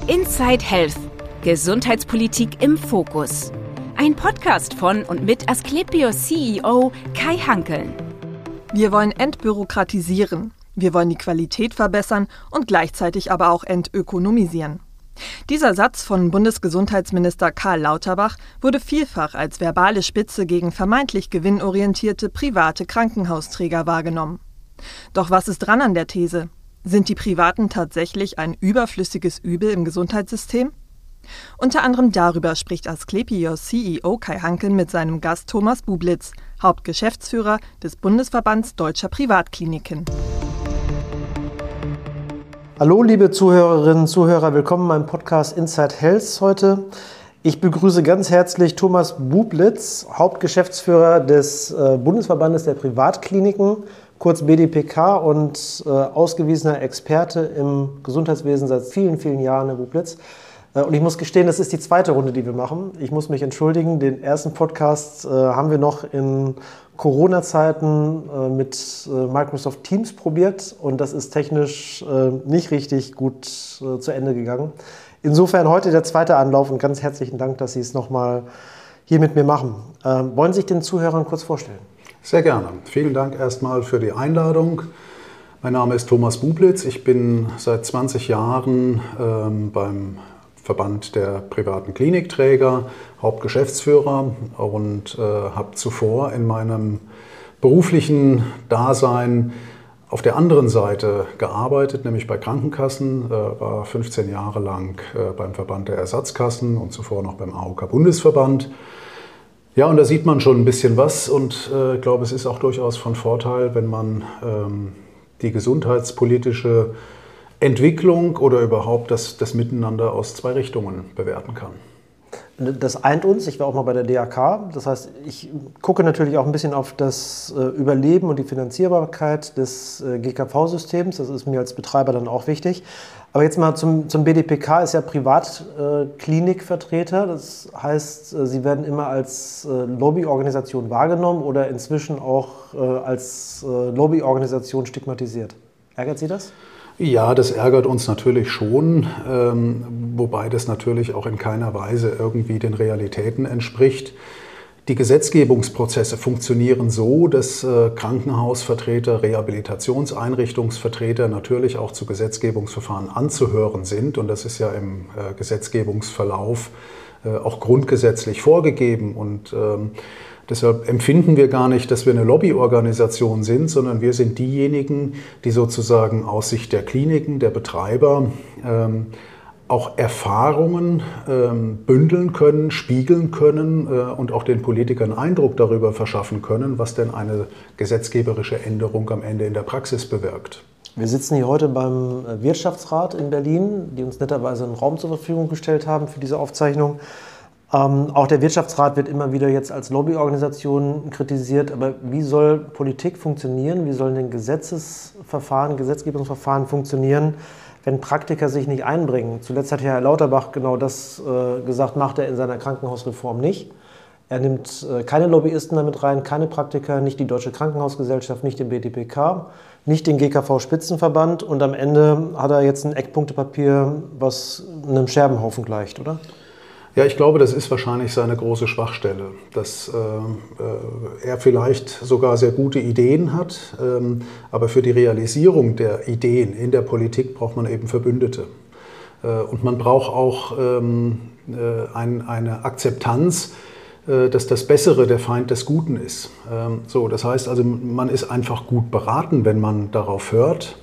Inside Health – Gesundheitspolitik im Fokus. Ein Podcast von und mit Asklepios CEO Kai Hankeln. Wir wollen entbürokratisieren. Wir wollen die Qualität verbessern und gleichzeitig aber auch entökonomisieren. Dieser Satz von Bundesgesundheitsminister Karl Lauterbach wurde vielfach als verbale Spitze gegen vermeintlich gewinnorientierte private Krankenhausträger wahrgenommen. Doch was ist dran an der These? Sind die Privaten tatsächlich ein überflüssiges Übel im Gesundheitssystem? Unter anderem darüber spricht Asklepios CEO Kai Hankeln mit seinem Gast Thomas Bublitz, Hauptgeschäftsführer des Bundesverbands Deutscher Privatkliniken. Hallo liebe Zuhörerinnen und Zuhörer, willkommen in meinem Podcast Inside Health heute. Ich begrüße ganz herzlich Thomas Bublitz, Hauptgeschäftsführer des Bundesverbandes der Privatkliniken, kurz BDPK, und ausgewiesener Experte im Gesundheitswesen seit vielen, vielen Jahren, Herr Bublitz. Und ich muss gestehen, das ist die zweite Runde, die wir machen. Ich muss mich entschuldigen, den ersten Podcast haben wir noch in Corona-Zeiten mit Microsoft Teams probiert und das ist technisch nicht richtig gut zu Ende gegangen. Insofern heute der zweite Anlauf und ganz herzlichen Dank, dass Sie es nochmal hier mit mir machen. Wollen Sie sich den Zuhörern kurz vorstellen? Sehr gerne. Vielen Dank erstmal für die Einladung. Mein Name ist Thomas Bublitz. Ich bin seit 20 Jahren beim Verband der privaten Klinikträger, Hauptgeschäftsführer und habe zuvor in meinem beruflichen Dasein auf der anderen Seite gearbeitet, nämlich bei Krankenkassen, war 15 Jahre lang beim Verband der Ersatzkassen und zuvor noch beim AOK-Bundesverband. Ja, und da sieht man schon ein bisschen was und ich glaube, es ist auch durchaus von Vorteil, wenn man die gesundheitspolitische Entwicklung oder überhaupt das Miteinander aus zwei Richtungen bewerten kann. Das eint uns. Ich war auch mal bei der DAK. Das heißt, ich gucke natürlich auch ein bisschen auf das Überleben und die Finanzierbarkeit des GKV-Systems. Das ist mir als Betreiber dann auch wichtig. Aber jetzt mal zum BDPK, ist ja Privatklinikvertreter. Das heißt, Sie werden immer als Lobbyorganisation wahrgenommen oder inzwischen auch als Lobbyorganisation stigmatisiert. Ärgert Sie das? Ja, das ärgert uns natürlich schon, wobei das natürlich auch in keiner Weise irgendwie den Realitäten entspricht. Die Gesetzgebungsprozesse funktionieren so, dass Krankenhausvertreter, Rehabilitationseinrichtungsvertreter natürlich auch zu Gesetzgebungsverfahren anzuhören sind. Und das ist ja im Gesetzgebungsverlauf auch grundgesetzlich vorgegeben. Und deshalb empfinden wir gar nicht, dass wir eine Lobbyorganisation sind, sondern wir sind diejenigen, die sozusagen aus Sicht der Kliniken, der Betreiber auch Erfahrungen bündeln können, spiegeln können und auch den Politikern Eindruck darüber verschaffen können, was denn eine gesetzgeberische Änderung am Ende in der Praxis bewirkt. Wir sitzen hier heute beim Wirtschaftsrat in Berlin, die uns netterweise einen Raum zur Verfügung gestellt haben für diese Aufzeichnung. Auch der Wirtschaftsrat wird immer wieder jetzt als Lobbyorganisation kritisiert. Aber wie soll Politik funktionieren? Wie sollen denn Gesetzgebungsverfahren funktionieren, wenn Praktiker sich nicht einbringen? Zuletzt hat Herr Lauterbach genau das gesagt, macht er in seiner Krankenhausreform nicht. Er nimmt keine Lobbyisten damit rein, keine Praktiker, nicht die Deutsche Krankenhausgesellschaft, nicht den BDPK, nicht den GKV-Spitzenverband. Und am Ende hat er jetzt ein Eckpunktepapier, was einem Scherbenhaufen gleicht, oder? Ja, ich glaube, das ist wahrscheinlich seine große Schwachstelle, dass er vielleicht sogar sehr gute Ideen hat, aber für die Realisierung der Ideen in der Politik braucht man eben Verbündete. Und man braucht auch eine Akzeptanz, dass das Bessere der Feind des Guten ist. Das heißt also, man ist einfach gut beraten, wenn man darauf hört,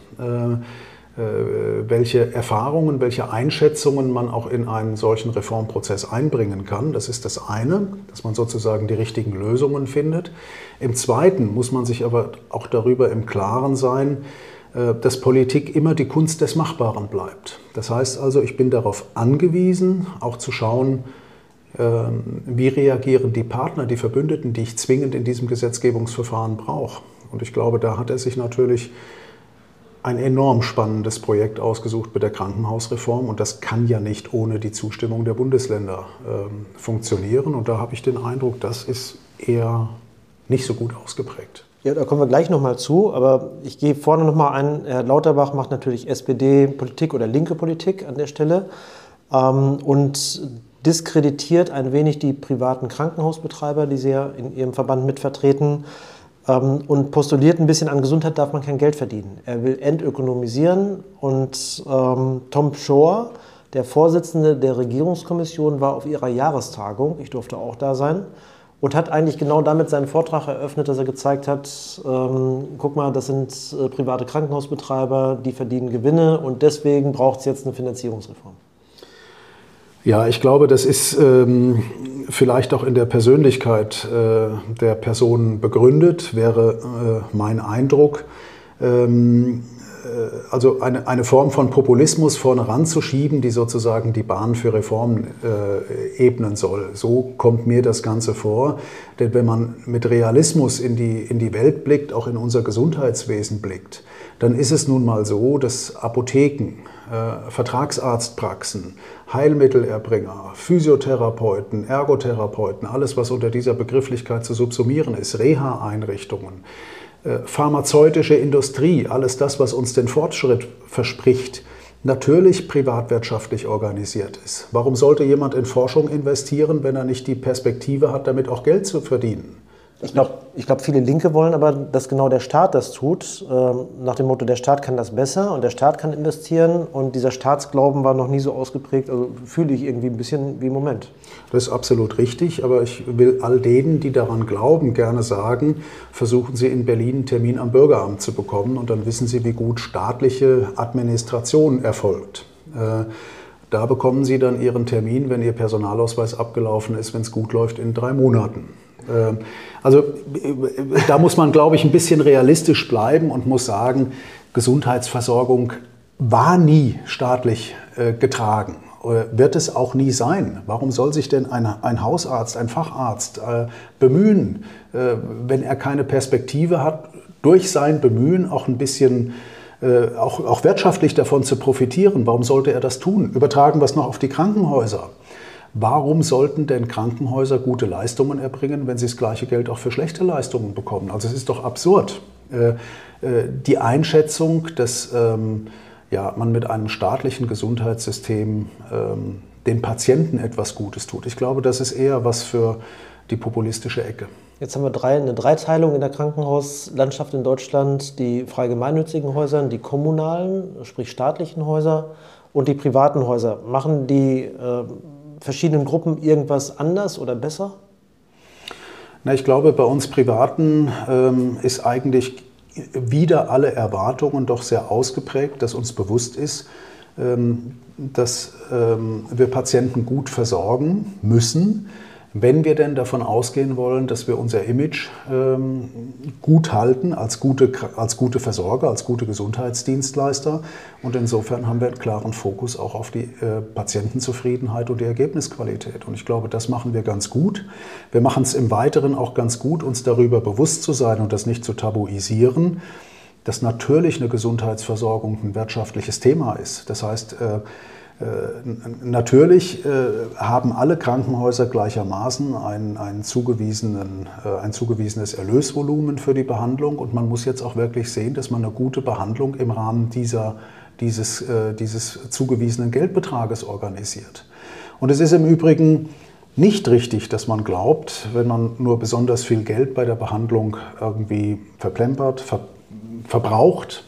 welche Erfahrungen, welche Einschätzungen man auch in einen solchen Reformprozess einbringen kann. Das ist das eine, dass man sozusagen die richtigen Lösungen findet. Im Zweiten muss man sich aber auch darüber im Klaren sein, dass Politik immer die Kunst des Machbaren bleibt. Das heißt also, ich bin darauf angewiesen, auch zu schauen, wie reagieren die Partner, die Verbündeten, die ich zwingend in diesem Gesetzgebungsverfahren brauche. Und ich glaube, da hat er sich natürlich ein enorm spannendes Projekt ausgesucht mit der Krankenhausreform und das kann ja nicht ohne die Zustimmung der Bundesländer funktionieren und da habe ich den Eindruck, das ist eher nicht so gut ausgeprägt. Ja, da kommen wir gleich nochmal zu, aber ich gehe vorne nochmal ein. Herr Lauterbach macht natürlich SPD-Politik oder linke Politik an der Stelle. und diskreditiert ein wenig die privaten Krankenhausbetreiber, die sie ja in ihrem Verband mitvertreten, und postuliert ein bisschen, an Gesundheit darf man kein Geld verdienen. Er will entökonomisieren und Tom Shore, der Vorsitzende der Regierungskommission, war auf ihrer Jahrestagung, ich durfte auch da sein, und hat eigentlich genau damit seinen Vortrag eröffnet, dass er gezeigt hat, guck mal, das sind private Krankenhausbetreiber, die verdienen Gewinne und deswegen braucht es jetzt eine Finanzierungsreform. Ja, ich glaube, das ist vielleicht auch in der Persönlichkeit der Person begründet, wäre mein Eindruck. Also eine Form von Populismus vorne ranzuschieben, die sozusagen die Bahn für Reformen ebnen soll. So kommt mir das Ganze vor. Denn wenn man mit Realismus in die Welt blickt, auch in unser Gesundheitswesen blickt, dann ist es nun mal so, dass Apotheken, Vertragsarztpraxen, Heilmittelerbringer, Physiotherapeuten, Ergotherapeuten, alles, was unter dieser Begrifflichkeit zu subsumieren ist, Reha-Einrichtungen, pharmazeutische Industrie, alles das, was uns den Fortschritt verspricht, natürlich privatwirtschaftlich organisiert ist. Warum sollte jemand in Forschung investieren, wenn er nicht die Perspektive hat, damit auch Geld zu verdienen? Ich glaube, viele Linke wollen aber, dass genau der Staat das tut, nach dem Motto, der Staat kann das besser und der Staat kann investieren und dieser Staatsglauben war noch nie so ausgeprägt, also fühle ich irgendwie ein bisschen wie im Moment. Das ist absolut richtig, aber ich will all denen, die daran glauben, gerne sagen, versuchen Sie in Berlin einen Termin am Bürgeramt zu bekommen und dann wissen Sie, wie gut staatliche Administration erfolgt. Da bekommen Sie dann Ihren Termin, wenn Ihr Personalausweis abgelaufen ist, wenn es gut läuft, in 3 Monaten. Also da muss man, glaube ich, ein bisschen realistisch bleiben und muss sagen, Gesundheitsversorgung war nie staatlich getragen, wird es auch nie sein. Warum soll sich denn ein Hausarzt, ein Facharzt bemühen, wenn er keine Perspektive hat, durch sein Bemühen auch ein bisschen auch wirtschaftlich davon zu profitieren? Warum sollte er das tun? Übertragen wir es noch auf die Krankenhäuser. Warum sollten denn Krankenhäuser gute Leistungen erbringen, wenn sie das gleiche Geld auch für schlechte Leistungen bekommen? Also es ist doch absurd. Die Einschätzung, dass man mit einem staatlichen Gesundheitssystem den Patienten etwas Gutes tut. Ich glaube, das ist eher was für die populistische Ecke. Jetzt haben wir eine Dreiteilung in der Krankenhauslandschaft in Deutschland. Die frei gemeinnützigen Häuser, die kommunalen, sprich staatlichen Häuser und die privaten Häuser. Machen die verschiedenen Gruppen irgendwas anders oder besser? Na, ich glaube, bei uns Privaten ist eigentlich wieder alle Erwartungen doch sehr ausgeprägt, dass uns bewusst ist, dass wir Patienten gut versorgen müssen, wenn wir denn davon ausgehen wollen, dass wir unser Image gut halten als gute Versorger, als gute Gesundheitsdienstleister. Und insofern haben wir einen klaren Fokus auch auf die Patientenzufriedenheit und die Ergebnisqualität. Und ich glaube, das machen wir ganz gut. Wir machen es im Weiteren auch ganz gut, uns darüber bewusst zu sein und das nicht zu tabuisieren, dass natürlich eine Gesundheitsversorgung ein wirtschaftliches Thema ist. Das heißt, natürlich haben alle Krankenhäuser gleichermaßen ein zugewiesenes Erlösvolumen für die Behandlung und man muss jetzt auch wirklich sehen, dass man eine gute Behandlung im Rahmen dieses zugewiesenen Geldbetrages organisiert. Und es ist im Übrigen nicht richtig, dass man glaubt, wenn man nur besonders viel Geld bei der Behandlung irgendwie verplempert, verbraucht,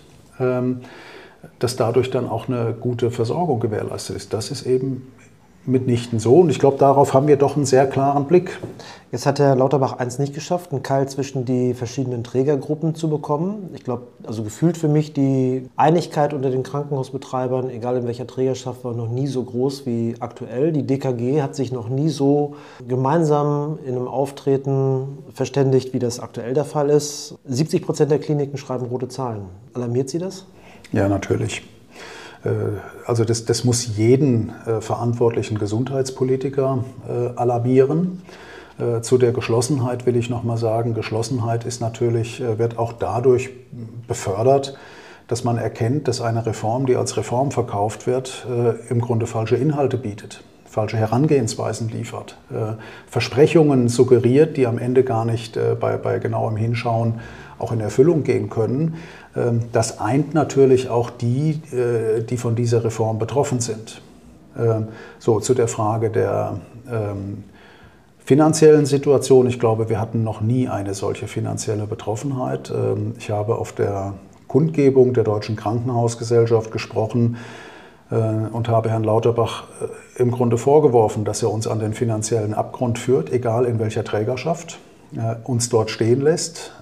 dass dadurch dann auch eine gute Versorgung gewährleistet ist. Das ist eben mitnichten so. Und ich glaube, darauf haben wir doch einen sehr klaren Blick. Jetzt hat Herr Lauterbach eins nicht geschafft, einen Keil zwischen die verschiedenen Trägergruppen zu bekommen. Ich glaube, also gefühlt für mich, die Einigkeit unter den Krankenhausbetreibern, egal in welcher Trägerschaft, war noch nie so groß wie aktuell. Die DKG hat sich noch nie so gemeinsam in einem Auftreten verständigt, wie das aktuell der Fall ist. 70% der Kliniken schreiben rote Zahlen. Alarmiert Sie das? Ja, natürlich. Also das muss jeden verantwortlichen Gesundheitspolitiker alarmieren. Zu der Geschlossenheit will ich noch mal sagen, Geschlossenheit ist natürlich, wird auch dadurch befördert, dass man erkennt, dass eine Reform, die als Reform verkauft wird, im Grunde falsche Inhalte bietet, falsche Herangehensweisen liefert, Versprechungen suggeriert, die am Ende gar nicht bei genauem Hinschauen auch in Erfüllung gehen können. Das eint natürlich auch die von dieser Reform betroffen sind. So, zu der Frage der finanziellen Situation. Ich glaube, wir hatten noch nie eine solche finanzielle Betroffenheit. Ich habe auf der Kundgebung der Deutschen Krankenhausgesellschaft gesprochen und habe Herrn Lauterbach im Grunde vorgeworfen, dass er uns an den finanziellen Abgrund führt, egal in welcher Trägerschaft, uns dort stehen lässt,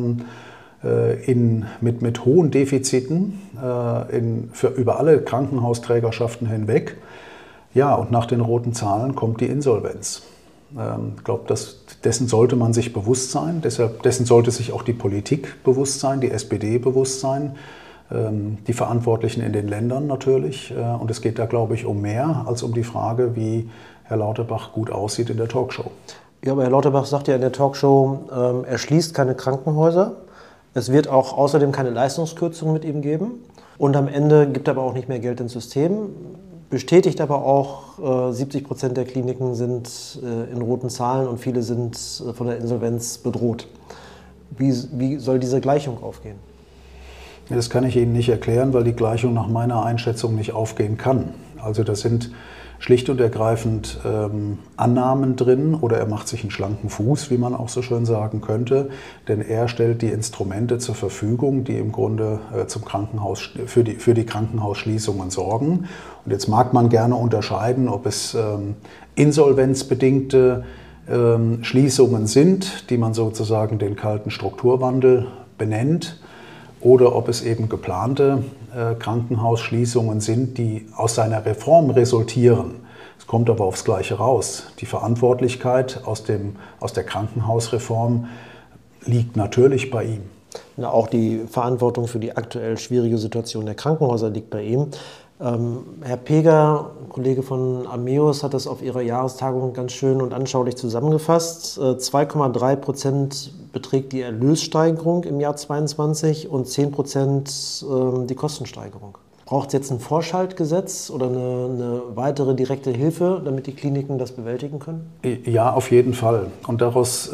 mit hohen Defiziten über alle Krankenhausträgerschaften hinweg. Ja, und nach den roten Zahlen kommt die Insolvenz. Ich glaube, dessen sollte man sich bewusst sein, dessen sollte sich auch die Politik bewusst sein, die SPD bewusst sein, die Verantwortlichen in den Ländern natürlich. Und es geht da, glaube ich, um mehr als um die Frage, wie Herr Lauterbach gut aussieht in der Talkshow. Ja, aber Herr Lauterbach sagt ja in der Talkshow, er schließt keine Krankenhäuser. Es wird auch außerdem keine Leistungskürzung mit ihm geben. Und am Ende gibt er aber auch nicht mehr Geld ins System. Bestätigt aber auch, 70% der Kliniken sind in roten Zahlen und viele sind von der Insolvenz bedroht. Wie soll diese Gleichung aufgehen? Das kann ich Ihnen nicht erklären, weil die Gleichung nach meiner Einschätzung nicht aufgehen kann. Also das sind schlicht und ergreifend Annahmen drin oder er macht sich einen schlanken Fuß, wie man auch so schön sagen könnte, denn er stellt die Instrumente zur Verfügung, die im Grunde für die Krankenhausschließungen sorgen. Und jetzt mag man gerne unterscheiden, ob es insolvenzbedingte Schließungen sind, die man sozusagen den kalten Strukturwandel benennt, oder ob es eben geplante Krankenhausschließungen sind, die aus seiner Reform resultieren. Es kommt aber aufs Gleiche raus. Die Verantwortlichkeit aus der Krankenhausreform liegt natürlich bei ihm. Na, auch die Verantwortung für die aktuell schwierige Situation der Krankenhäuser liegt bei ihm. Herr Peger, Kollege von Ameos, hat das auf ihrer Jahrestagung ganz schön und anschaulich zusammengefasst. 2,3% beträgt die Erlössteigerung im Jahr 2022 und 10% die Kostensteigerung. Braucht es jetzt ein Vorschaltgesetz oder eine weitere direkte Hilfe, damit die Kliniken das bewältigen können? Ja, auf jeden Fall. Und daraus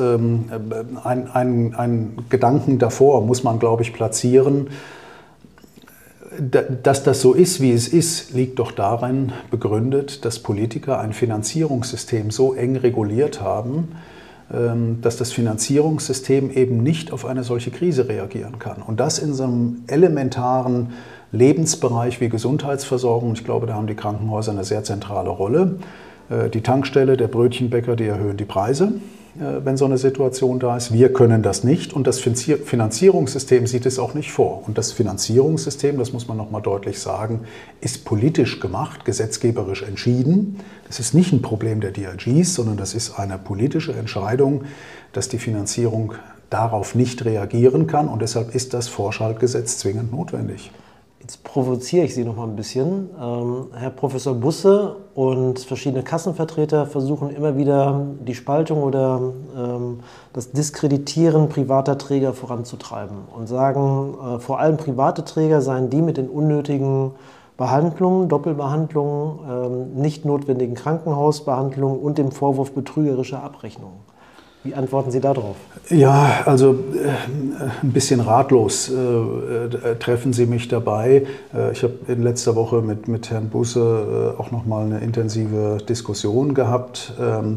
einen Gedanken davor muss man, glaube ich, platzieren. Dass das so ist, wie es ist, liegt doch darin begründet, dass Politiker ein Finanzierungssystem so eng reguliert haben, dass das Finanzierungssystem eben nicht auf eine solche Krise reagieren kann. Und das in so einem elementaren Lebensbereich wie Gesundheitsversorgung. Ich glaube, da haben die Krankenhäuser eine sehr zentrale Rolle. Die Tankstelle, der Brötchenbäcker, die erhöhen die Preise, wenn so eine Situation da ist. Wir können das nicht und das Finanzierungssystem sieht es auch nicht vor. Und das Finanzierungssystem, das muss man noch mal deutlich sagen, ist politisch gemacht, gesetzgeberisch entschieden. Das ist nicht ein Problem der DRGs, sondern das ist eine politische Entscheidung, dass die Finanzierung darauf nicht reagieren kann und deshalb ist das Vorschaltgesetz zwingend notwendig. Jetzt provoziere ich Sie noch mal ein bisschen. Herr Professor Busse und verschiedene Kassenvertreter versuchen immer wieder die Spaltung oder das Diskreditieren privater Träger voranzutreiben und sagen, vor allem private Träger seien die mit den unnötigen Behandlungen, Doppelbehandlungen, nicht notwendigen Krankenhausbehandlungen und dem Vorwurf betrügerischer Abrechnungen. Wie antworten Sie darauf? Ja, also ein bisschen ratlos treffen Sie mich dabei. Ich habe in letzter Woche mit Herrn Busse auch noch mal eine intensive Diskussion gehabt.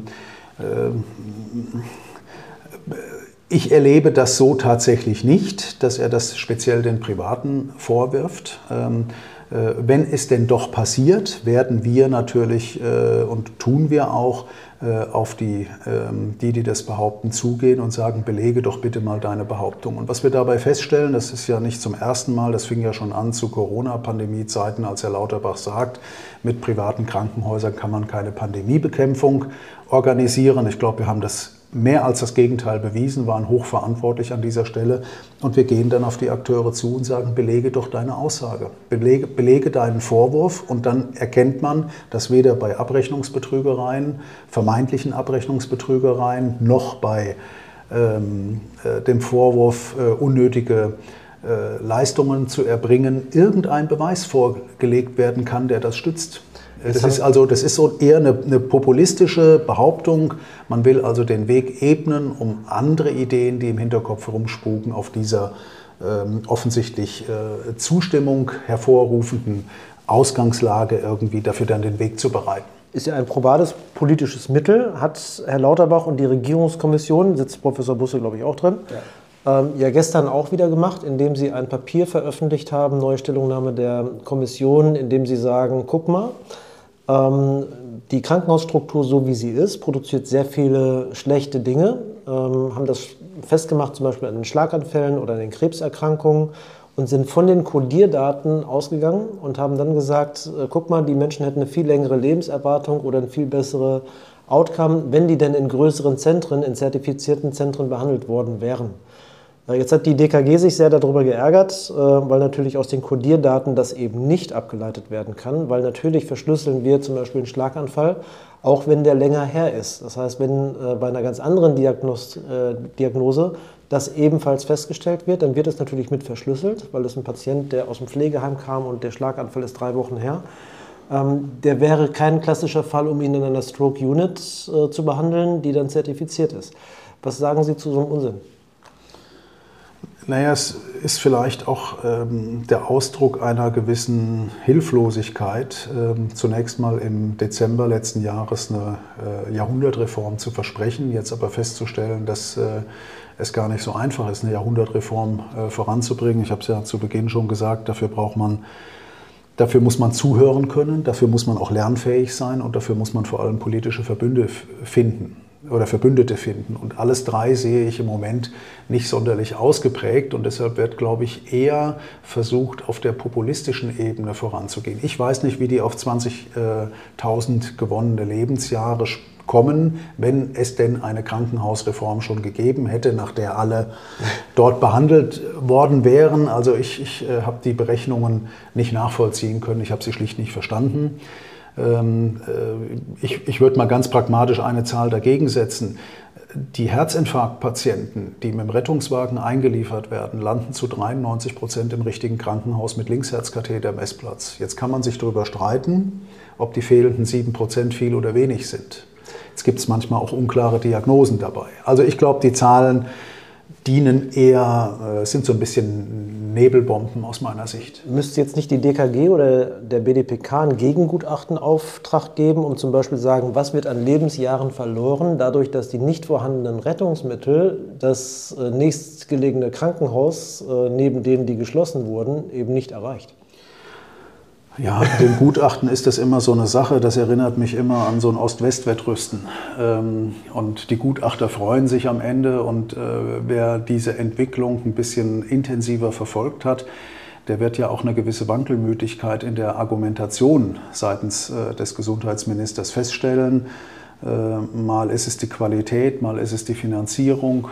Ich erlebe das so tatsächlich nicht, dass er das speziell den Privaten vorwirft. Wenn es denn doch passiert, werden wir natürlich und tun wir auch auf die das behaupten, zugehen und sagen, belege doch bitte mal deine Behauptung. Und was wir dabei feststellen, das ist ja nicht zum ersten Mal, das fing ja schon an zu Corona-Pandemie-Zeiten, als Herr Lauterbach sagt, mit privaten Krankenhäusern kann man keine Pandemiebekämpfung organisieren. Ich glaube, wir haben das mehr als das Gegenteil bewiesen, waren hochverantwortlich an dieser Stelle. Und wir gehen dann auf die Akteure zu und sagen, belege doch deine Aussage, belege deinen Vorwurf. Und dann erkennt man, dass weder bei Abrechnungsbetrügereien, vermeintlichen Abrechnungsbetrügereien, noch bei dem Vorwurf, unnötige Leistungen zu erbringen, irgendein Beweis vorgelegt werden kann, der das stützt. Das ist so eher eine populistische Behauptung. Man will also den Weg ebnen, um andere Ideen, die im Hinterkopf herumspuken, auf dieser offensichtlich Zustimmung hervorrufenden Ausgangslage irgendwie dafür dann den Weg zu bereiten. Ist ja ein probates politisches Mittel, hat Herr Lauterbach und die Regierungskommission, sitzt Professor Busse, glaube ich, auch drin, ja gestern auch wieder gemacht, indem sie ein Papier veröffentlicht haben, neue Stellungnahme der Kommission, in dem sie sagen, guck mal, die Krankenhausstruktur, so wie sie ist, produziert sehr viele schlechte Dinge, haben das festgemacht zum Beispiel an den Schlaganfällen oder an den Krebserkrankungen und sind von den Kodierdaten ausgegangen und haben dann gesagt, guck mal, die Menschen hätten eine viel längere Lebenserwartung oder ein viel bessere Outcome, wenn die denn in größeren Zentren, in zertifizierten Zentren behandelt worden wären. Jetzt hat die DKG sich sehr darüber geärgert, weil natürlich aus den Kodierdaten das eben nicht abgeleitet werden kann, weil natürlich verschlüsseln wir zum Beispiel einen Schlaganfall, auch wenn der länger her ist. Das heißt, wenn bei einer ganz anderen Diagnose das ebenfalls festgestellt wird, dann wird es natürlich mit verschlüsselt, weil das ein Patient, der aus dem Pflegeheim kam und der Schlaganfall ist 3 Wochen her. Der wäre kein klassischer Fall, um ihn in einer Stroke Unit zu behandeln, die dann zertifiziert ist. Was sagen Sie zu so einem Unsinn? Naja, es ist vielleicht auch der Ausdruck einer gewissen Hilflosigkeit, zunächst mal im Dezember letzten Jahres eine Jahrhundertreform zu versprechen, jetzt aber festzustellen, dass es gar nicht so einfach ist, eine Jahrhundertreform voranzubringen. Ich habe es ja zu Beginn schon gesagt, dafür muss man zuhören können, dafür muss man auch lernfähig sein und dafür muss man vor allem politische Verbündete finden. Und alles 3 sehe ich im Moment nicht sonderlich ausgeprägt und deshalb wird, glaube ich, eher versucht, auf der populistischen Ebene voranzugehen. Ich weiß nicht, wie die auf 20.000 gewonnene Lebensjahre kommen, wenn es denn eine Krankenhausreform schon gegeben hätte, nach der alle dort behandelt worden wären. Also ich habe die Berechnungen nicht nachvollziehen können, ich habe sie schlicht nicht verstanden. Ich würde mal ganz pragmatisch eine Zahl dagegen setzen. Die Herzinfarktpatienten, die mit dem Rettungswagen eingeliefert werden, landen zu 93% im richtigen Krankenhaus mit Linksherzkatheter-Messplatz. Jetzt kann man sich darüber streiten, ob die fehlenden 7% viel oder wenig sind. Jetzt gibt es manchmal auch unklare Diagnosen dabei. Also ich glaube, die Zahlen sind so ein bisschen Nebelbomben aus meiner Sicht. Müsste jetzt nicht die DKG oder der BDPK einen Gegengutachtenauftrag geben, um zum Beispiel sagen, was wird an Lebensjahren verloren, dadurch, dass die nicht vorhandenen Rettungsmittel das nächstgelegene Krankenhaus, neben denen die geschlossen wurden, eben nicht erreicht? Ja, mit dem Gutachten ist das immer so eine Sache, das erinnert mich immer an so ein Ost-West-Wettrüsten. Und die Gutachter freuen sich am Ende und wer diese Entwicklung ein bisschen intensiver verfolgt hat, der wird ja auch eine gewisse Wankelmütigkeit in der Argumentation seitens des Gesundheitsministers feststellen. Mal ist es die Qualität, mal ist es die Finanzierung.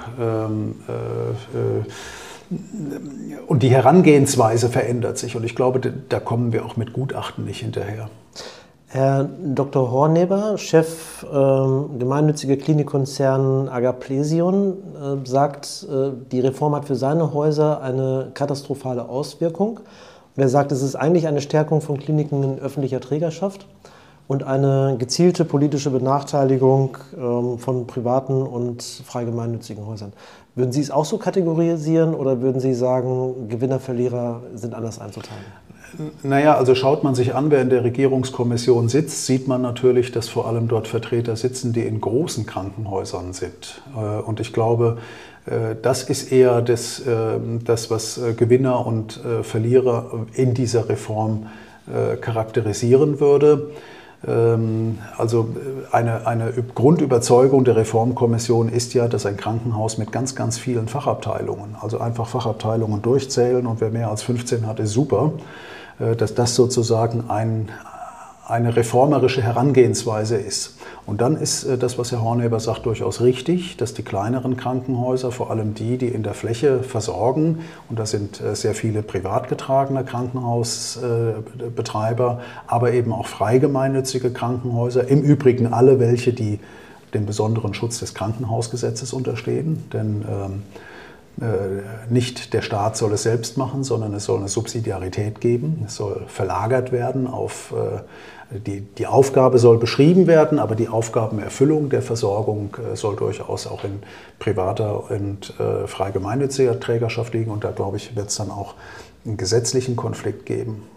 Und die Herangehensweise verändert sich und ich glaube, da kommen wir auch mit Gutachten nicht hinterher. Herr Dr. Horneber, Chef gemeinnütziger Klinikkonzern Agaplesion, sagt, die Reform hat für seine Häuser eine katastrophale Auswirkung. Und er sagt, es ist eigentlich eine Stärkung von Kliniken in öffentlicher Trägerschaft und eine gezielte politische Benachteiligung von privaten und frei gemeinnützigen Häusern. Würden Sie es auch so kategorisieren oder würden Sie sagen, Gewinner, Verlierer sind anders einzuteilen? Naja, also schaut man sich an, wer in der Regierungskommission sitzt, sieht man natürlich, dass vor allem dort Vertreter sitzen, die in großen Krankenhäusern sind. Und ich glaube, das ist eher das was Gewinner und Verlierer in dieser Reform charakterisieren würde. Also eine Grundüberzeugung der Reformkommission ist ja, dass ein Krankenhaus mit ganz, ganz vielen Fachabteilungen, also einfach Fachabteilungen durchzählen und wer mehr als 15 hat, ist super, dass das sozusagen eine reformerische Herangehensweise ist. Und dann ist das, was Herr Horneber sagt, durchaus richtig, dass die kleineren Krankenhäuser, vor allem die in der Fläche versorgen, und da sind sehr viele privat getragene Krankenhausbetreiber, aber eben auch frei gemeinnützige Krankenhäuser, im Übrigen alle welche, die dem besonderen Schutz des Krankenhausgesetzes unterstehen, denn nicht der Staat soll es selbst machen, sondern es soll eine Subsidiarität geben, es soll verlagert werden auf die Aufgabe soll beschrieben werden, aber die Aufgabenerfüllung der Versorgung soll durchaus auch in privater und frei gemeinnütziger Trägerschaft liegen. Und da, glaube ich, wird es dann auch einen gesetzlichen Konflikt geben.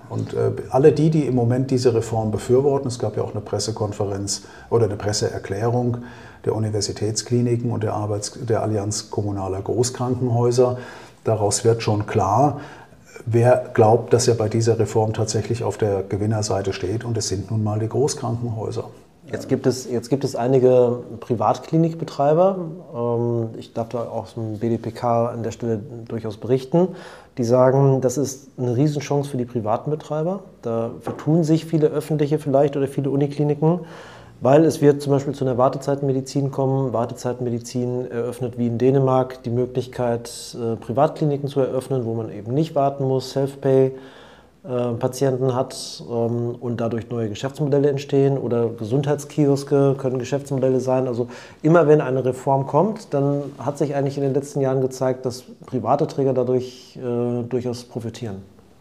Und alle die im Moment diese Reform befürworten, es gab ja auch eine Pressekonferenz oder eine Presseerklärung der Universitätskliniken und der Allianz kommunaler Großkrankenhäuser, daraus wird schon klar, wer glaubt, dass er bei dieser Reform tatsächlich auf der Gewinnerseite steht, und es sind nun mal die Großkrankenhäuser. Jetzt gibt es einige Privatklinikbetreiber, ich darf da auch zum BDPK an der Stelle durchaus berichten, die sagen, das ist eine Riesenchance für die privaten Betreiber. Da vertun sich viele öffentliche vielleicht oder viele Unikliniken, weil es wird zum Beispiel zu einer Wartezeitenmedizin kommen. Wartezeitenmedizin eröffnet wie in Dänemark die Möglichkeit, Privatkliniken zu eröffnen, wo man eben nicht warten muss, Self-Pay Patienten hat und dadurch neue Geschäftsmodelle entstehen, oder Gesundheitskioske können Geschäftsmodelle sein. Also immer wenn eine Reform kommt, dann hat sich eigentlich in den letzten Jahren gezeigt, dass private Träger dadurch durchaus profitieren.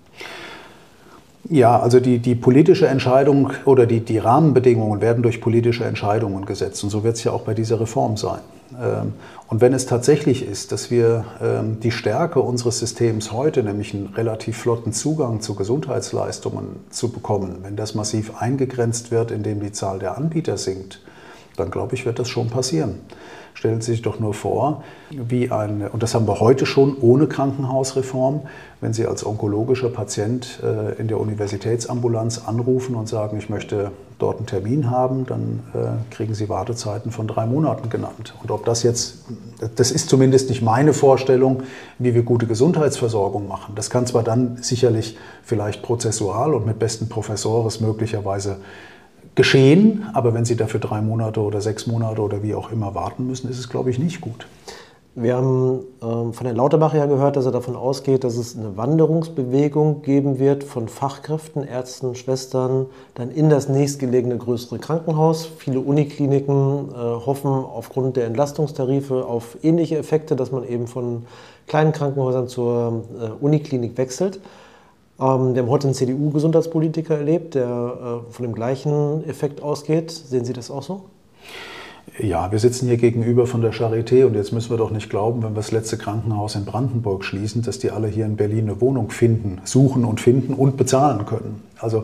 Ja, also die politische Entscheidung oder die Rahmenbedingungen werden durch politische Entscheidungen gesetzt, und so wird es ja auch bei dieser Reform sein. Und wenn es tatsächlich ist, dass wir die Stärke unseres Systems heute, nämlich einen relativ flotten Zugang zu Gesundheitsleistungen zu bekommen, wenn das massiv eingegrenzt wird, indem die Zahl der Anbieter sinkt, dann glaube ich, wird das schon passieren. Stellen Sie sich doch nur vor, und das haben wir heute schon ohne Krankenhausreform, wenn Sie als onkologischer Patient in der Universitätsambulanz anrufen und sagen, ich möchte dort einen Termin haben, dann kriegen Sie Wartezeiten von 3 Monaten genannt. Und ob das ist zumindest nicht meine Vorstellung, wie wir gute Gesundheitsversorgung machen. Das kann zwar dann sicherlich vielleicht prozessual und mit besten Professores möglicherweise geschehen, aber wenn Sie dafür 3 Monate oder 6 Monate oder wie auch immer warten müssen, ist es, glaube ich, nicht gut. Wir haben von Herrn Lauterbach ja gehört, dass er davon ausgeht, dass es eine Wanderungsbewegung geben wird von Fachkräften, Ärzten, Schwestern, dann in das nächstgelegene größere Krankenhaus. Viele Unikliniken hoffen aufgrund der Entlastungstarife auf ähnliche Effekte, dass man eben von kleinen Krankenhäusern zur Uniklinik wechselt. Wir haben heute einen CDU-Gesundheitspolitiker erlebt, der von dem gleichen Effekt ausgeht. Sehen Sie das auch so? Ja, wir sitzen hier gegenüber von der Charité, und jetzt müssen wir doch nicht glauben, wenn wir das letzte Krankenhaus in Brandenburg schließen, dass die alle hier in Berlin eine Wohnung suchen und bezahlen können. Also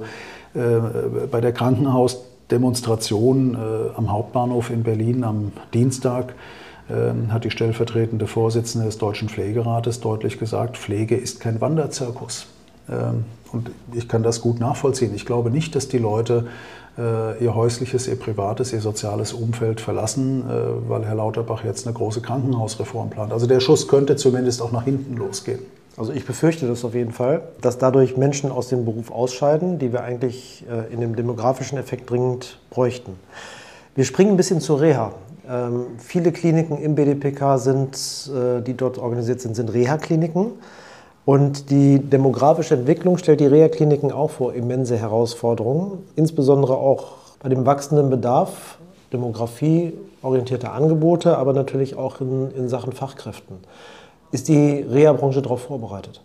bei der Krankenhausdemonstration am Hauptbahnhof in Berlin am Dienstag hat die stellvertretende Vorsitzende des Deutschen Pflegerates deutlich gesagt, Pflege ist kein Wanderzirkus. Und ich kann das gut nachvollziehen. Ich glaube nicht, dass die Leute ihr häusliches, ihr privates, ihr soziales Umfeld verlassen, weil Herr Lauterbach jetzt eine große Krankenhausreform plant. Also der Schuss könnte zumindest auch nach hinten losgehen. Also ich befürchte das auf jeden Fall, dass dadurch Menschen aus dem Beruf ausscheiden, die wir eigentlich in dem demografischen Effekt dringend bräuchten. Wir springen ein bisschen zur Reha. Viele Kliniken im BDPK die dort organisiert sind Reha-Kliniken. Und die demografische Entwicklung stellt die Reha-Kliniken auch vor immense Herausforderungen, insbesondere auch bei dem wachsenden Bedarf demografieorientierter Angebote, aber natürlich auch in Sachen Fachkräften. Ist die Reha-Branche darauf vorbereitet?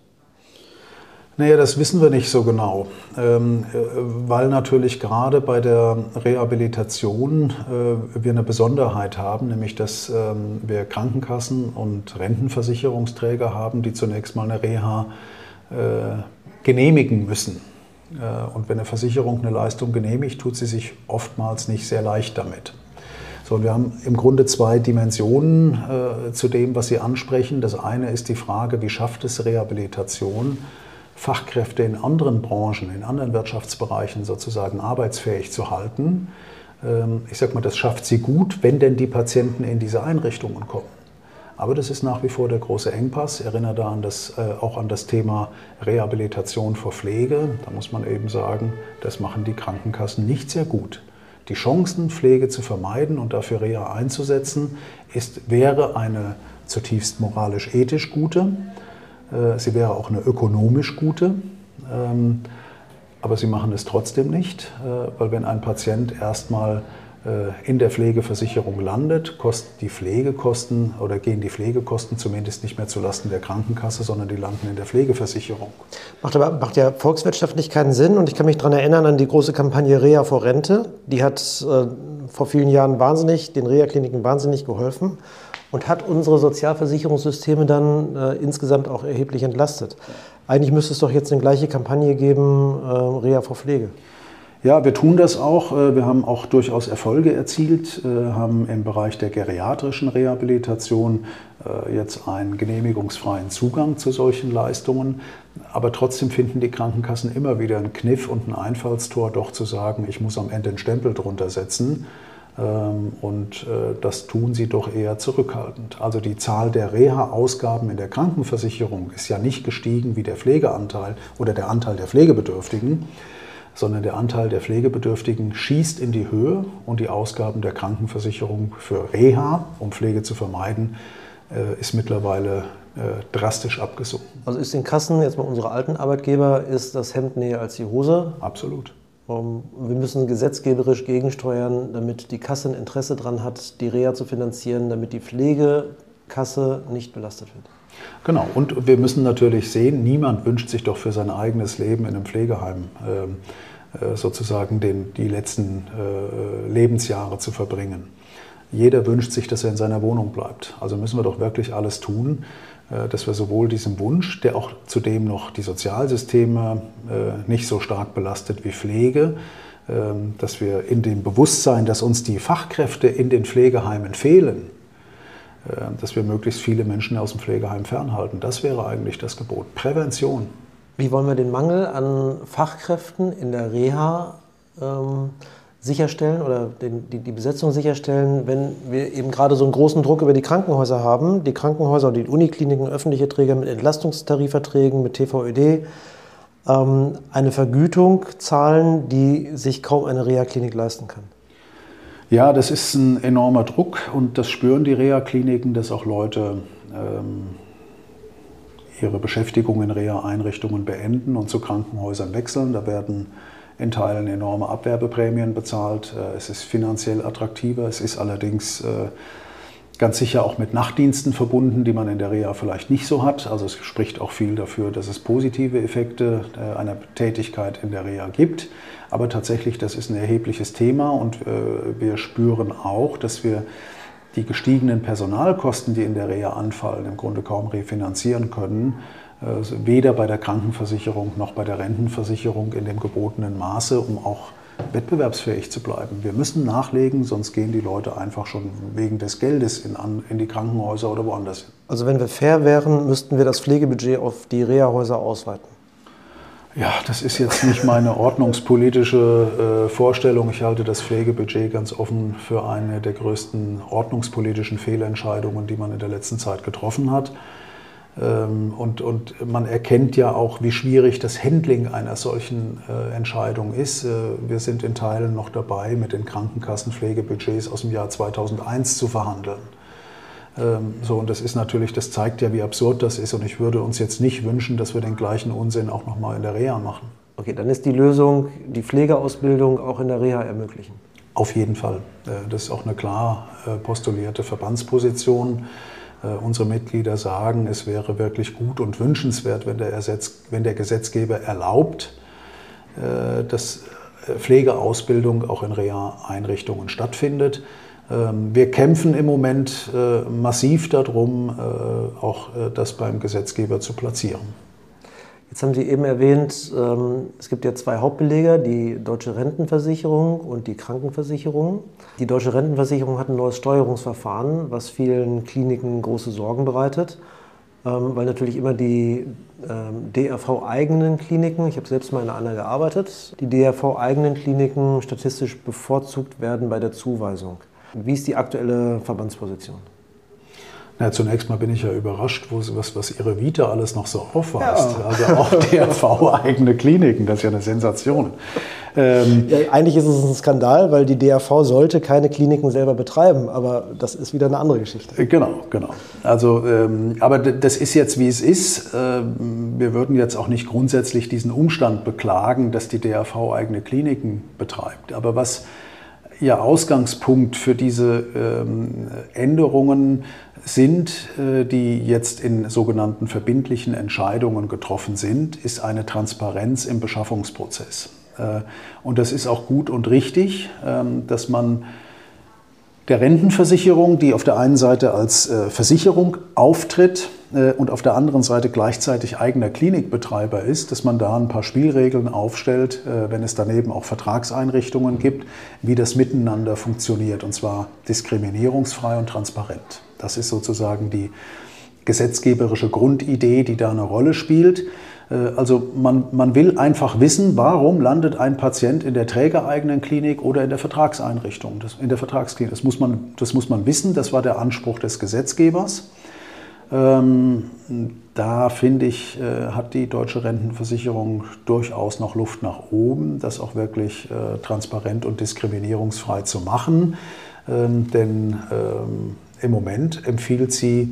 Naja, das wissen wir nicht so genau, weil natürlich gerade bei der Rehabilitation wir eine Besonderheit haben, nämlich dass wir Krankenkassen und Rentenversicherungsträger haben, die zunächst mal eine Reha genehmigen müssen. Und wenn eine Versicherung eine Leistung genehmigt, tut sie sich oftmals nicht sehr leicht damit. So, und wir haben im Grunde 2 Dimensionen zu dem, was Sie ansprechen. Das eine ist die Frage, wie schafft es Rehabilitation, Fachkräfte in anderen Branchen, in anderen Wirtschaftsbereichen sozusagen arbeitsfähig zu halten. Ich sage mal, das schafft sie gut, wenn denn die Patienten in diese Einrichtungen kommen. Aber das ist nach wie vor der große Engpass. Ich erinnere da auch an das Thema Rehabilitation vor Pflege. Da muss man eben sagen, das machen die Krankenkassen nicht sehr gut. Die Chancen, Pflege zu vermeiden und dafür Reha einzusetzen, wäre eine zutiefst moralisch-ethisch gute. Sie wäre auch eine ökonomisch gute, aber sie machen es trotzdem nicht, weil wenn ein Patient erstmal in der Pflegeversicherung landet, gehen die Pflegekosten zumindest nicht mehr zulasten der Krankenkasse, sondern die landen in der Pflegeversicherung. Macht ja volkswirtschaftlich keinen Sinn, und ich kann mich daran erinnern an die große Kampagne Reha vor Rente. Die hat vor vielen Jahren den Reha-Kliniken wahnsinnig geholfen und hat unsere Sozialversicherungssysteme dann insgesamt auch erheblich entlastet. Eigentlich müsste es doch jetzt eine gleiche Kampagne geben, Reha vor Pflege. Ja, wir tun das auch. Wir haben auch durchaus Erfolge erzielt, haben im Bereich der geriatrischen Rehabilitation jetzt einen genehmigungsfreien Zugang zu solchen Leistungen. Aber trotzdem finden die Krankenkassen immer wieder einen Kniff und ein Einfallstor, doch zu sagen, ich muss am Ende einen Stempel drunter setzen. Und das tun sie doch eher zurückhaltend. Also die Zahl der Reha-Ausgaben in der Krankenversicherung ist ja nicht gestiegen wie der Pflegeanteil oder der Anteil der Pflegebedürftigen, sondern der Anteil der Pflegebedürftigen schießt in die Höhe und die Ausgaben der Krankenversicherung für Reha, um Pflege zu vermeiden, ist mittlerweile drastisch abgesunken. Also ist den Kassen, jetzt mal unsere alten Arbeitgeber, ist das Hemd näher als die Hose? Absolut. Wir müssen gesetzgeberisch gegensteuern, damit die Kasse ein Interesse daran hat, die Reha zu finanzieren, damit die Pflegekasse nicht belastet wird. Genau, und wir müssen natürlich sehen, niemand wünscht sich doch für sein eigenes Leben in einem Pflegeheim sozusagen die letzten Lebensjahre zu verbringen. Jeder wünscht sich, dass er in seiner Wohnung bleibt. Also müssen wir doch wirklich alles tun, dass wir sowohl diesem Wunsch, der auch zudem noch die Sozialsysteme nicht so stark belastet wie Pflege, dass wir in dem Bewusstsein, dass uns die Fachkräfte in den Pflegeheimen fehlen, dass wir möglichst viele Menschen aus dem Pflegeheim fernhalten. Das wäre eigentlich das Gebot. Prävention. Wie wollen wir den Mangel an Fachkräften in der Reha sicherstellen oder die Besetzung sicherstellen, wenn wir eben gerade so einen großen Druck über die Krankenhäuser haben, die Krankenhäuser und die Unikliniken, öffentliche Träger mit Entlastungstarifverträgen, mit TVÖD, eine Vergütung zahlen, die sich kaum eine Reha-Klinik leisten kann? Ja, das ist ein enormer Druck und das spüren die Reha-Kliniken, dass auch Leute ihre Beschäftigung in Reha-Einrichtungen beenden und zu Krankenhäusern wechseln. Da werden in Teilen enorme Abwerbeprämien bezahlt. Es ist finanziell attraktiver. Es ist allerdings ganz sicher auch mit Nachtdiensten verbunden, die man in der Reha vielleicht nicht so hat. Also es spricht auch viel dafür, dass es positive Effekte einer Tätigkeit in der Reha gibt. Aber tatsächlich, das ist ein erhebliches Thema und wir spüren auch, dass wir die gestiegenen Personalkosten, die in der Reha anfallen, im Grunde kaum refinanzieren können. Weder bei der Krankenversicherung noch bei der Rentenversicherung in dem gebotenen Maße, um auch wettbewerbsfähig zu bleiben. Wir müssen nachlegen, sonst gehen die Leute einfach schon wegen des Geldes in die Krankenhäuser oder woanders hin. Also wenn wir fair wären, müssten wir das Pflegebudget auf die Reha-Häuser ausweiten. Ja, das ist jetzt nicht meine ordnungspolitische Vorstellung. Ich halte das Pflegebudget ganz offen für eine der größten ordnungspolitischen Fehlentscheidungen, die man in der letzten Zeit getroffen hat. Und man erkennt ja auch, wie schwierig das Handling einer solchen Entscheidung ist. Wir sind in Teilen noch dabei, mit den Krankenkassen Pflegebudgets aus dem Jahr 2001 zu verhandeln. Und das ist natürlich, das zeigt ja, wie absurd das ist. Und ich würde uns jetzt nicht wünschen, dass wir den gleichen Unsinn auch nochmal in der Reha machen. Okay, dann ist die Lösung, die Pflegeausbildung auch in der Reha ermöglichen. Auf jeden Fall. Das ist auch eine klar postulierte Verbandsposition. Unsere Mitglieder sagen, es wäre wirklich gut und wünschenswert, wenn der Gesetzgeber erlaubt, dass Pflegeausbildung auch in Reha-Einrichtungen stattfindet. Wir kämpfen im Moment massiv darum, auch das beim Gesetzgeber zu platzieren. Jetzt haben Sie eben erwähnt, es gibt ja zwei Hauptbeleger, die Deutsche Rentenversicherung und die Krankenversicherung. Die Deutsche Rentenversicherung hat ein neues Steuerungsverfahren, was vielen Kliniken große Sorgen bereitet, weil natürlich immer die DRV-eigenen Kliniken, ich habe selbst mal in einer gearbeitet, die DRV-eigenen Kliniken statistisch bevorzugt werden bei der Zuweisung. Wie ist die aktuelle Verbandsposition? Na, zunächst mal bin ich ja überrascht, was Ihre Vita alles noch so aufweist. Ja. Also auch DRV-eigene Kliniken, das ist ja eine Sensation. Ja, eigentlich ist es ein Skandal, weil die DRV sollte keine Kliniken selber betreiben, aber das ist wieder eine andere Geschichte. Genau. Also, aber das ist jetzt, wie es ist. Wir würden jetzt auch nicht grundsätzlich diesen Umstand beklagen, dass die DRV eigene Kliniken betreibt. Aber was ja Ausgangspunkt für diese Änderungen sind, die jetzt in sogenannten verbindlichen Entscheidungen getroffen sind, ist eine Transparenz im Beschaffungsprozess. Und das ist auch gut und richtig, dass man der Rentenversicherung, die auf der einen Seite als Versicherung auftritt und auf der anderen Seite gleichzeitig eigener Klinikbetreiber ist, dass man da ein paar Spielregeln aufstellt, wenn es daneben auch Vertragseinrichtungen gibt, wie das miteinander funktioniert, und zwar diskriminierungsfrei und transparent. Das ist sozusagen die gesetzgeberische Grundidee, die da eine Rolle spielt. Also man will einfach wissen, warum landet ein Patient in der trägereigenen Klinik oder in der Vertragseinrichtung, in der Vertragsklinik. Das muss man wissen, das war der Anspruch des Gesetzgebers. Da finde ich, hat die Deutsche Rentenversicherung durchaus noch Luft nach oben, das auch wirklich transparent und diskriminierungsfrei zu machen. Denn im Moment empfiehlt sie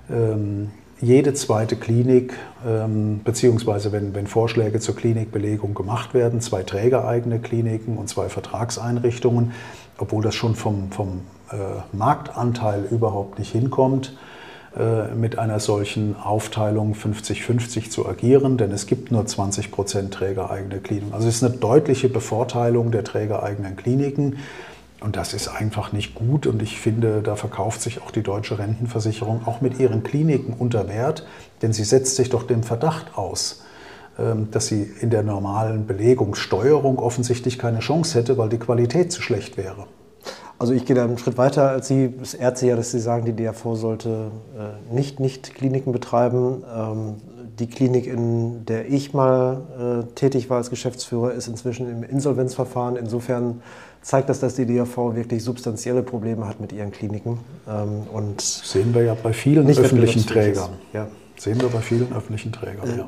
jede zweite Klinik, beziehungsweise wenn Vorschläge zur Klinikbelegung gemacht werden, 2 trägereigene Kliniken und 2 Vertragseinrichtungen, obwohl das schon vom Marktanteil überhaupt nicht hinkommt, mit einer solchen Aufteilung 50-50 zu agieren, denn es gibt nur 20% trägereigene Kliniken. Also es ist eine deutliche Bevorteilung der trägereigenen Kliniken. Und das ist einfach nicht gut, und ich finde, da verkauft sich auch die Deutsche Rentenversicherung auch mit ihren Kliniken unter Wert, denn sie setzt sich doch dem Verdacht aus, dass sie in der normalen Belegungssteuerung offensichtlich keine Chance hätte, weil die Qualität zu schlecht wäre. Also ich gehe da einen Schritt weiter als Sie. Es ehrt Sie ja, dass Sie sagen, die DRV sollte nicht Kliniken betreiben. Die Klinik, in der ich mal tätig war als Geschäftsführer, ist inzwischen im Insolvenzverfahren. Insofern zeigt das, dass die DRV wirklich substanzielle Probleme hat mit ihren Kliniken. Und sehen wir ja bei vielen öffentlichen Trägern. Ja. Sehen wir bei vielen öffentlichen Trägern. Ja.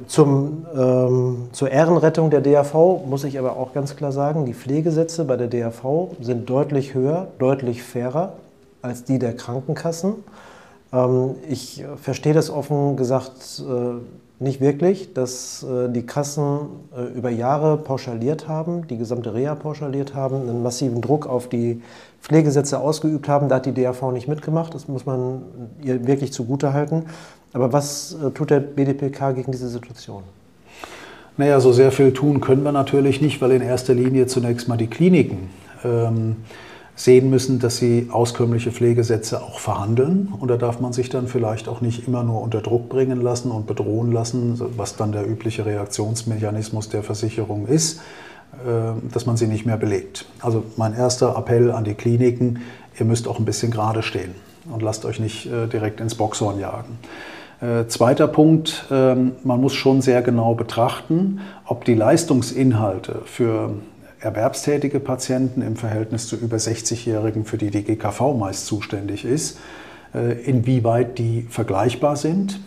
Zur Ehrenrettung der DRV muss ich aber auch ganz klar sagen, die Pflegesätze bei der DRV sind deutlich höher, deutlich fairer als die der Krankenkassen. Ich verstehe das offen gesagt nicht wirklich, dass die Kassen über Jahre pauschaliert haben, die gesamte Reha pauschaliert haben, einen massiven Druck auf die Pflegesätze ausgeübt haben. Da hat die DRV nicht mitgemacht, das muss man ihr wirklich zugutehalten. Aber was tut der BDPK gegen diese Situation? Naja, so sehr viel tun können wir natürlich nicht, weil in erster Linie zunächst mal die Kliniken sehen müssen, dass sie auskömmliche Pflegesätze auch verhandeln. Und da darf man sich dann vielleicht auch nicht immer nur unter Druck bringen lassen und bedrohen lassen, was dann der übliche Reaktionsmechanismus der Versicherung ist, dass man sie nicht mehr belegt. Also mein erster Appell an die Kliniken, ihr müsst auch ein bisschen gerade stehen und lasst euch nicht direkt ins Boxhorn jagen. Zweiter Punkt, man muss schon sehr genau betrachten, ob die Leistungsinhalte für erwerbstätige Patienten im Verhältnis zu über 60-Jährigen, für die die GKV meist zuständig ist, inwieweit die vergleichbar sind.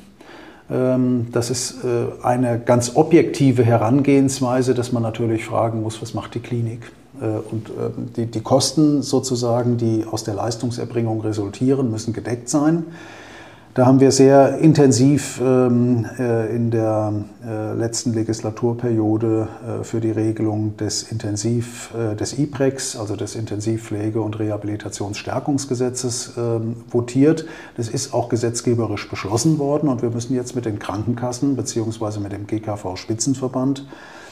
Das ist eine ganz objektive Herangehensweise, dass man natürlich fragen muss, was macht die Klinik? Und die Kosten sozusagen, die aus der Leistungserbringung resultieren, müssen gedeckt sein. Da haben wir sehr intensiv in der letzten Legislaturperiode für die Regelung des IPREX, also des Intensivpflege- und Rehabilitationsstärkungsgesetzes, votiert. Das ist auch gesetzgeberisch beschlossen worden, und wir müssen jetzt mit den Krankenkassen bzw. mit dem GKV-Spitzenverband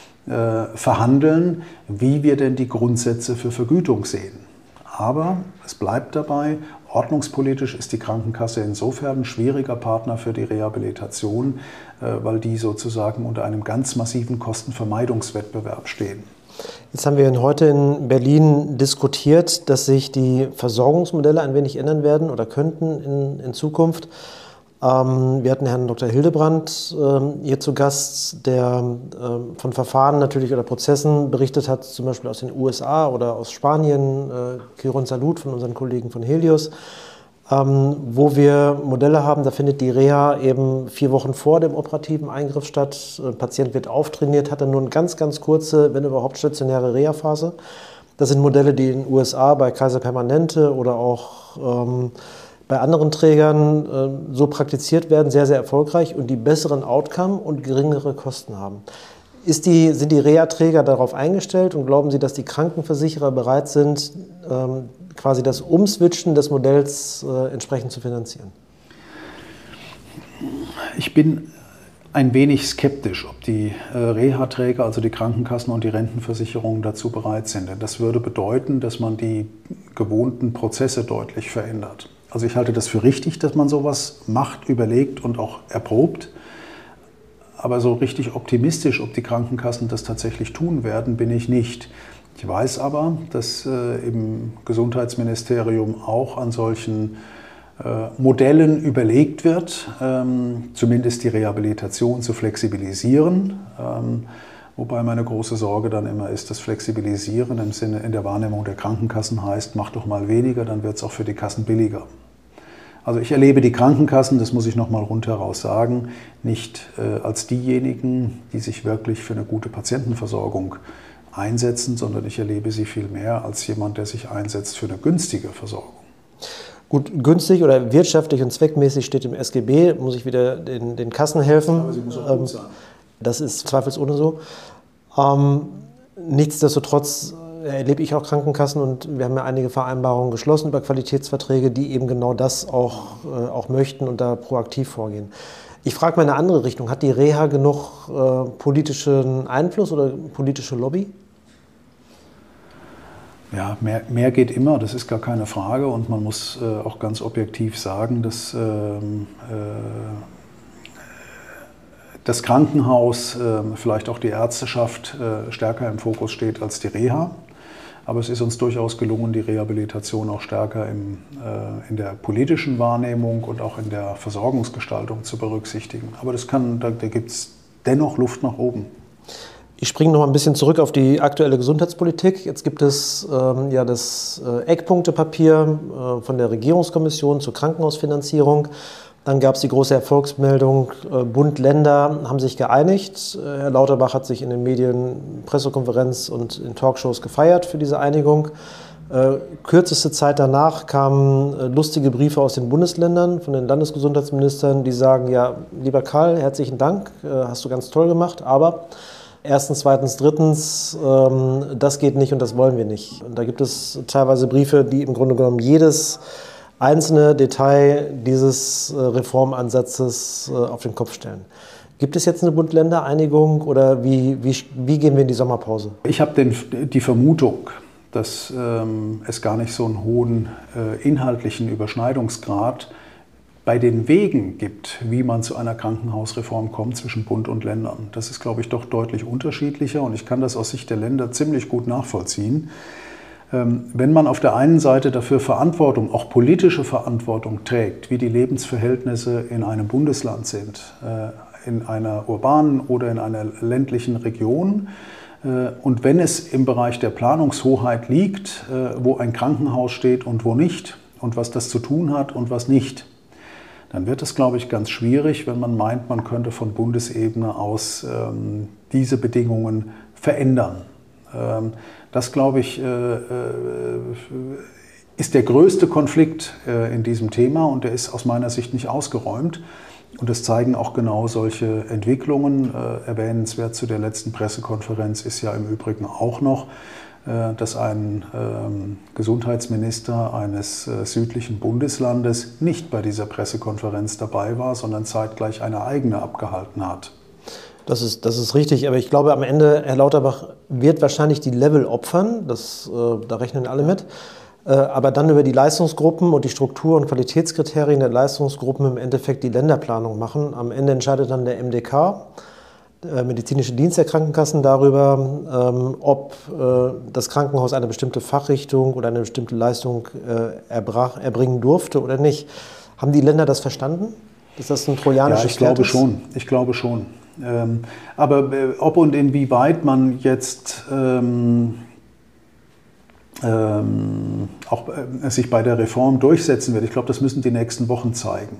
verhandeln, wie wir denn die Grundsätze für Vergütung sehen. Aber es bleibt dabei, ordnungspolitisch ist die Krankenkasse insofern ein schwieriger Partner für die Rehabilitation, weil die sozusagen unter einem ganz massiven Kostenvermeidungswettbewerb stehen. Jetzt haben wir heute in Berlin diskutiert, dass sich die Versorgungsmodelle ein wenig ändern werden oder könnten in Zukunft. Wir hatten Herrn Dr. Hildebrand hier zu Gast, der von Verfahren natürlich oder Prozessen berichtet hat, zum Beispiel aus den USA oder aus Spanien, Kiron Salut von unseren Kollegen von Helios, wo wir Modelle haben, da findet die Reha eben 4 Wochen vor dem operativen Eingriff statt. Ein Patient wird auftrainiert, hat dann nur eine ganz, ganz kurze, wenn überhaupt stationäre Reha-Phase. Das sind Modelle, die in den USA bei Kaiser Permanente oder auch bei anderen Trägern so praktiziert werden, sehr, sehr erfolgreich und die besseren Outcome und geringere Kosten haben. Sind die Reha-Träger darauf eingestellt und glauben Sie, dass die Krankenversicherer bereit sind, quasi das Umswitchen des Modells entsprechend zu finanzieren? Ich bin ein wenig skeptisch, ob die Reha-Träger, also die Krankenkassen und die Rentenversicherungen dazu bereit sind. Denn das würde bedeuten, dass man die gewohnten Prozesse deutlich verändert. Also ich halte das für richtig, dass man sowas macht, überlegt und auch erprobt. Aber so richtig optimistisch, ob die Krankenkassen das tatsächlich tun werden, bin ich nicht. Ich weiß aber, dass im Gesundheitsministerium auch an solchen Modellen überlegt wird, zumindest die Rehabilitation zu flexibilisieren. Wobei meine große Sorge dann immer ist, dass Flexibilisieren im Sinne in der Wahrnehmung der Krankenkassen heißt, mach doch mal weniger, dann wird es auch für die Kassen billiger. Also ich erlebe die Krankenkassen, das muss ich noch mal rundheraus sagen, nicht als diejenigen, die sich wirklich für eine gute Patientenversorgung einsetzen, sondern ich erlebe sie vielmehr als jemand, der sich einsetzt für eine günstige Versorgung. Gut, günstig oder wirtschaftlich und zweckmäßig steht im SGB, muss ich wieder den Kassen helfen. Aber sie muss auch gut sein. Das ist zweifelsohne so. Nichtsdestotrotz erlebe ich auch Krankenkassen und wir haben ja einige Vereinbarungen geschlossen über Qualitätsverträge, die eben genau das auch möchten und da proaktiv vorgehen. Ich frage mal in eine andere Richtung. Hat die Reha genug politischen Einfluss oder politische Lobby? Ja, mehr geht immer, das ist gar keine Frage. Und man muss auch ganz objektiv sagen, dass das Krankenhaus, vielleicht auch die Ärzteschaft stärker im Fokus steht als die Reha. Aber es ist uns durchaus gelungen, die Rehabilitation auch stärker in der politischen Wahrnehmung und auch in der Versorgungsgestaltung zu berücksichtigen. Aber da gibt es dennoch Luft nach oben. Ich springe noch mal ein bisschen zurück auf die aktuelle Gesundheitspolitik. Jetzt gibt es das Eckpunktepapier von der Regierungskommission zur Krankenhausfinanzierung. Dann gab es die große Erfolgsmeldung, Bund, Länder haben sich geeinigt. Herr Lauterbach hat sich in den Medien, Pressekonferenz und in Talkshows gefeiert für diese Einigung. Kürzeste Zeit danach kamen lustige Briefe aus den Bundesländern, von den Landesgesundheitsministern, die sagen, ja, lieber Karl, herzlichen Dank, hast du ganz toll gemacht, aber erstens, zweitens, drittens, das geht nicht und das wollen wir nicht. Und da gibt es teilweise Briefe, die im Grunde genommen jedes einzelne Detail dieses Reformansatzes auf den Kopf stellen. Gibt es jetzt eine Bund-Länder-Einigung oder wie gehen wir in die Sommerpause? Ich habe die Vermutung, dass es gar nicht so einen hohen inhaltlichen Überschneidungsgrad bei den Wegen gibt, wie man zu einer Krankenhausreform kommt zwischen Bund und Ländern. Das ist, glaube ich, doch deutlich unterschiedlicher und ich kann das aus Sicht der Länder ziemlich gut nachvollziehen. Wenn man auf der einen Seite dafür Verantwortung, auch politische Verantwortung trägt, wie die Lebensverhältnisse in einem Bundesland sind, in einer urbanen oder in einer ländlichen Region, und wenn es im Bereich der Planungshoheit liegt, wo ein Krankenhaus steht und wo nicht, und was das zu tun hat und was nicht, dann wird es, glaube ich, ganz schwierig, wenn man meint, man könnte von Bundesebene aus diese Bedingungen verändern. Das, glaube ich, ist der größte Konflikt in diesem Thema und der ist aus meiner Sicht nicht ausgeräumt. Und das zeigen auch genau solche Entwicklungen. Erwähnenswert zu der letzten Pressekonferenz ist ja im Übrigen auch noch, dass ein Gesundheitsminister eines südlichen Bundeslandes nicht bei dieser Pressekonferenz dabei war, sondern zeitgleich eine eigene abgehalten hat. Das ist richtig, aber ich glaube am Ende, Herr Lauterbach wird wahrscheinlich die Level opfern, da rechnen alle mit, aber dann über die Leistungsgruppen und die Struktur- und Qualitätskriterien der Leistungsgruppen im Endeffekt die Länderplanung machen. Am Ende entscheidet dann der MDK, der medizinische Dienst der Krankenkassen, darüber, ob das Krankenhaus eine bestimmte Fachrichtung oder eine bestimmte Leistung erbringen durfte oder nicht. Haben die Länder das verstanden? Ist das ein trojanisches Pferd? Ich glaube schon. Aber ob und inwieweit man jetzt auch sich bei der Reform durchsetzen wird, ich glaube, das müssen die nächsten Wochen zeigen.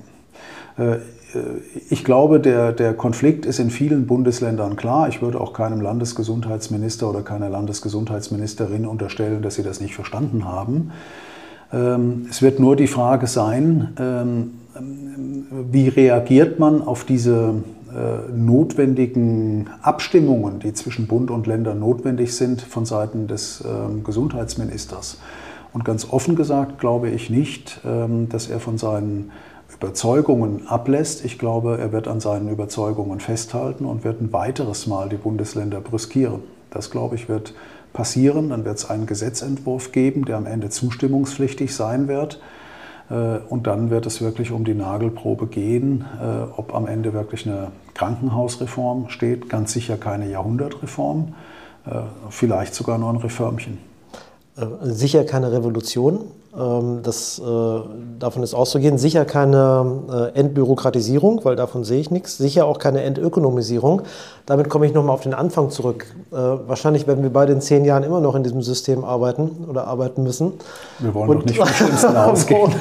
Ich glaube, der Konflikt ist in vielen Bundesländern klar. Ich würde auch keinem Landesgesundheitsminister oder keiner Landesgesundheitsministerin unterstellen, dass sie das nicht verstanden haben. Es wird nur die Frage sein, wie reagiert man auf diese notwendigen Abstimmungen, die zwischen Bund und Ländern notwendig sind, von Seiten des Gesundheitsministers. Und ganz offen gesagt glaube ich nicht, dass er von seinen Überzeugungen ablässt. Ich glaube, er wird an seinen Überzeugungen festhalten und wird ein weiteres Mal die Bundesländer brüskieren. Das, glaube ich, wird passieren. Dann wird es einen Gesetzentwurf geben, der am Ende zustimmungspflichtig sein wird. Und dann wird es wirklich um die Nagelprobe gehen, ob am Ende wirklich eine Krankenhausreform steht. Ganz sicher keine Jahrhundertreform, vielleicht sogar nur ein Reformchen. Sicher keine Revolution, davon ist auszugehen. Sicher keine Entbürokratisierung, weil davon sehe ich nichts. Sicher auch keine Entökonomisierung. Damit komme ich nochmal auf den Anfang zurück. Wahrscheinlich werden wir beide in 10 Jahren immer noch in diesem System arbeiten oder arbeiten müssen. Wir wollen doch nicht vom Schlimmsten ausgehen.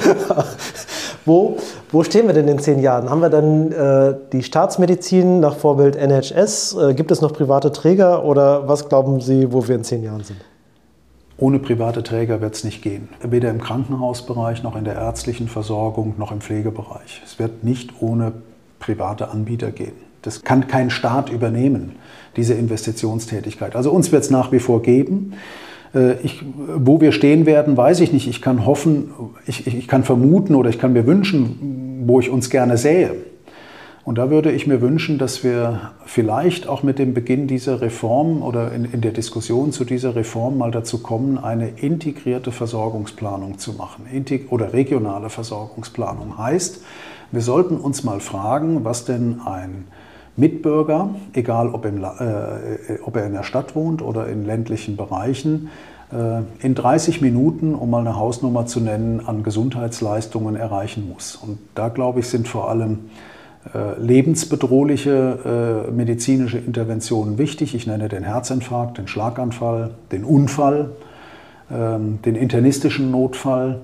Wo stehen wir denn in 10 Jahren? Haben wir dann die Staatsmedizin nach Vorbild NHS? Gibt es noch private Träger oder was glauben Sie, wo wir in 10 Jahren sind? Ohne private Träger wird es nicht gehen. Weder im Krankenhausbereich, noch in der ärztlichen Versorgung, noch im Pflegebereich. Es wird nicht ohne private Anbieter gehen. Das kann kein Staat übernehmen, diese Investitionstätigkeit. Also uns wird es nach wie vor geben. Wo wir stehen werden, weiß ich nicht. Ich kann hoffen, ich kann vermuten oder ich kann mir wünschen, wo ich uns gerne sähe. Und da würde ich mir wünschen, dass wir vielleicht auch mit dem Beginn dieser Reform oder in der Diskussion zu dieser Reform mal dazu kommen, eine integrierte Versorgungsplanung zu machen. Oder regionale Versorgungsplanung heißt, wir sollten uns mal fragen, was denn ein Mitbürger, egal ob er in der Stadt wohnt oder in ländlichen Bereichen, in 30 Minuten, um mal eine Hausnummer zu nennen, an Gesundheitsleistungen erreichen muss. Und da, glaube ich, sind vor allem lebensbedrohliche medizinische Interventionen wichtig. Ich nenne den Herzinfarkt, den Schlaganfall, den Unfall, den internistischen Notfall.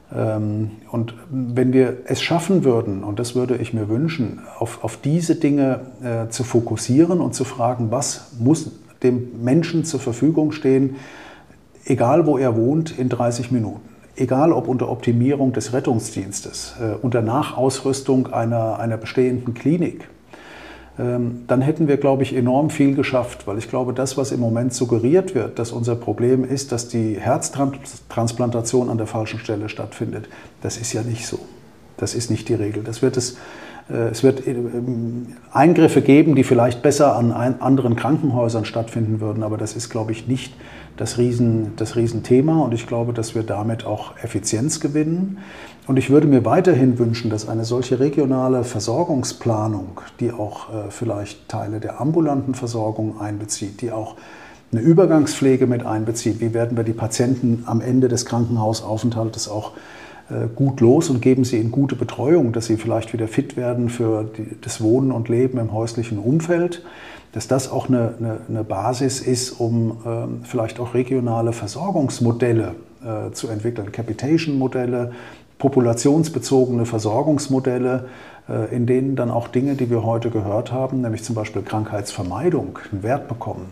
Und wenn wir es schaffen würden, und das würde ich mir wünschen, auf diese Dinge zu fokussieren und zu fragen, was muss dem Menschen zur Verfügung stehen, egal wo er wohnt, in 30 Minuten. Egal ob unter Optimierung des Rettungsdienstes, unter Nachausrüstung einer bestehenden Klinik, dann hätten wir, glaube ich, enorm viel geschafft. Weil ich glaube, das, was im Moment suggeriert wird, dass unser Problem ist, dass die Herztransplantation an der falschen Stelle stattfindet, das ist ja nicht so. Das ist nicht die Regel. Es wird Eingriffe geben, die vielleicht besser an anderen Krankenhäusern stattfinden würden, aber das ist, glaube ich, nicht das Riesenthema und ich glaube, dass wir damit auch Effizienz gewinnen. Und ich würde mir weiterhin wünschen, dass eine solche regionale Versorgungsplanung, die auch vielleicht Teile der ambulanten Versorgung einbezieht, die auch eine Übergangspflege mit einbezieht, wie werden wir die Patienten am Ende des Krankenhausaufenthaltes auch gut los und geben sie in gute Betreuung, dass sie vielleicht wieder fit werden für das Wohnen und Leben im häuslichen Umfeld, dass das auch eine Basis ist, um vielleicht auch regionale Versorgungsmodelle zu entwickeln, Capitation-Modelle, populationsbezogene Versorgungsmodelle, in denen dann auch Dinge, die wir heute gehört haben, nämlich zum Beispiel Krankheitsvermeidung, einen Wert bekommen.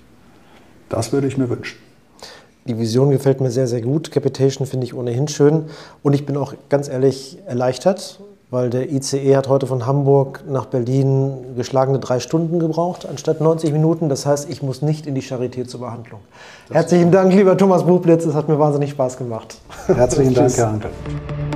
Das würde ich mir wünschen. Die Vision gefällt mir sehr, sehr gut. Capitation finde ich ohnehin schön. Und ich bin auch ganz ehrlich erleichtert, weil der ICE hat heute von Hamburg nach Berlin geschlagene 3 Stunden gebraucht, anstatt 90 Minuten. Das heißt, ich muss nicht in die Charité zur Behandlung. Herzlichen Dank, lieber Thomas Bublitz. Es hat mir wahnsinnig Spaß gemacht. Herzlichen Dank, Herr Hankel.